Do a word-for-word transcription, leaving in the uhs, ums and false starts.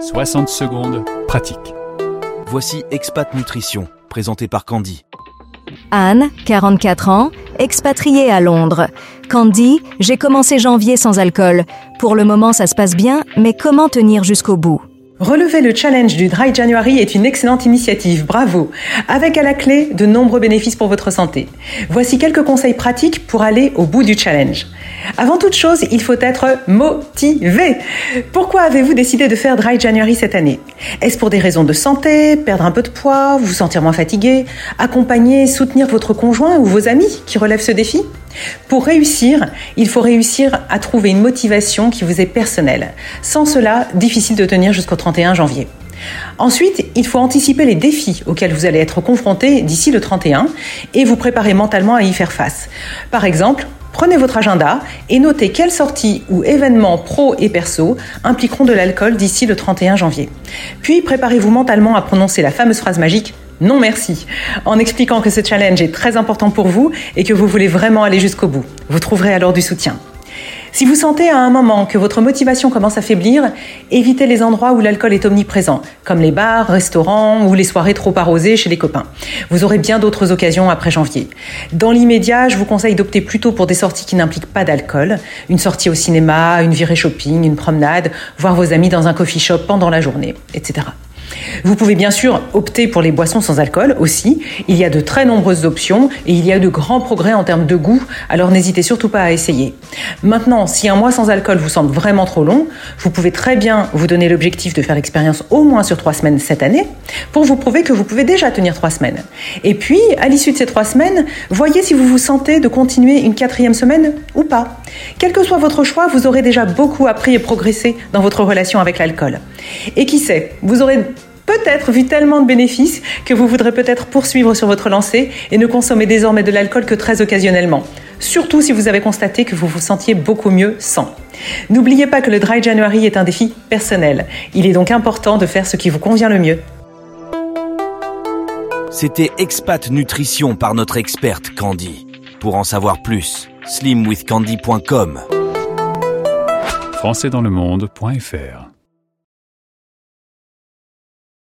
soixante secondes, pratique. Voici Expat Nutrition, présenté par Candy. Anne, quarante-quatre ans, expatriée à Londres. Candy, j'ai commencé janvier sans alcool. Pour le moment, ça se passe bien, mais comment tenir jusqu'au bout ? Relever le challenge du Dry January est une excellente initiative, bravo, avec à la clé de nombreux bénéfices pour votre santé. Voici quelques conseils pratiques pour aller au bout du challenge. Avant toute chose, il faut être motivé. Pourquoi avez-vous décidé de faire Dry January cette année ? Est-ce pour des raisons de santé, perdre un peu de poids, vous sentir moins fatigué, accompagner, soutenir votre conjoint ou vos amis qui relèvent ce défi ? Pour réussir, il faut réussir à trouver une motivation qui vous est personnelle. Sans cela, difficile de tenir jusqu'au trente et un janvier. Ensuite, il faut anticiper les défis auxquels vous allez être confrontés d'ici le trente et un et vous préparer mentalement à y faire face. Par exemple, prenez votre agenda et notez quelles sorties ou événements pro et perso impliqueront de l'alcool d'ici le trente et un janvier. Puis, préparez-vous mentalement à prononcer la fameuse phrase magique « Non merci » en expliquant que ce challenge est très important pour vous et que vous voulez vraiment aller jusqu'au bout. Vous trouverez alors du soutien. Si vous sentez à un moment que votre motivation commence à faiblir, évitez les endroits où l'alcool est omniprésent, comme les bars, restaurants ou les soirées trop arrosées chez les copains. Vous aurez bien d'autres occasions après janvier. Dans l'immédiat, je vous conseille d'opter plutôt pour des sorties qui n'impliquent pas d'alcool. Une sortie au cinéma, une virée shopping, une promenade, voir vos amis dans un coffee shop pendant la journée, et cetera. Vous pouvez bien sûr opter pour les boissons sans alcool aussi. Il y a de très nombreuses options et il y a de grands progrès en termes de goût, alors n'hésitez surtout pas à essayer. Maintenant, si un mois sans alcool vous semble vraiment trop long, vous pouvez très bien vous donner l'objectif de faire l'expérience au moins sur trois semaines cette année pour vous prouver que vous pouvez déjà tenir trois semaines. Et puis, à l'issue de ces trois semaines, voyez si vous vous sentez de continuer une quatrième semaine ou pas. Quel que soit votre choix, vous aurez déjà beaucoup appris et progressé dans votre relation avec l'alcool. Et qui sait, vous aurez peut-être vu tellement de bénéfices que vous voudrez peut-être poursuivre sur votre lancée et ne consommer désormais de l'alcool que très occasionnellement. Surtout si vous avez constaté que vous vous sentiez beaucoup mieux sans. N'oubliez pas que le Dry January est un défi personnel. Il est donc important de faire ce qui vous convient le mieux. C'était Expat Nutrition par notre experte Candy. Pour en savoir plus, slim with candy point com. français dans le monde point f r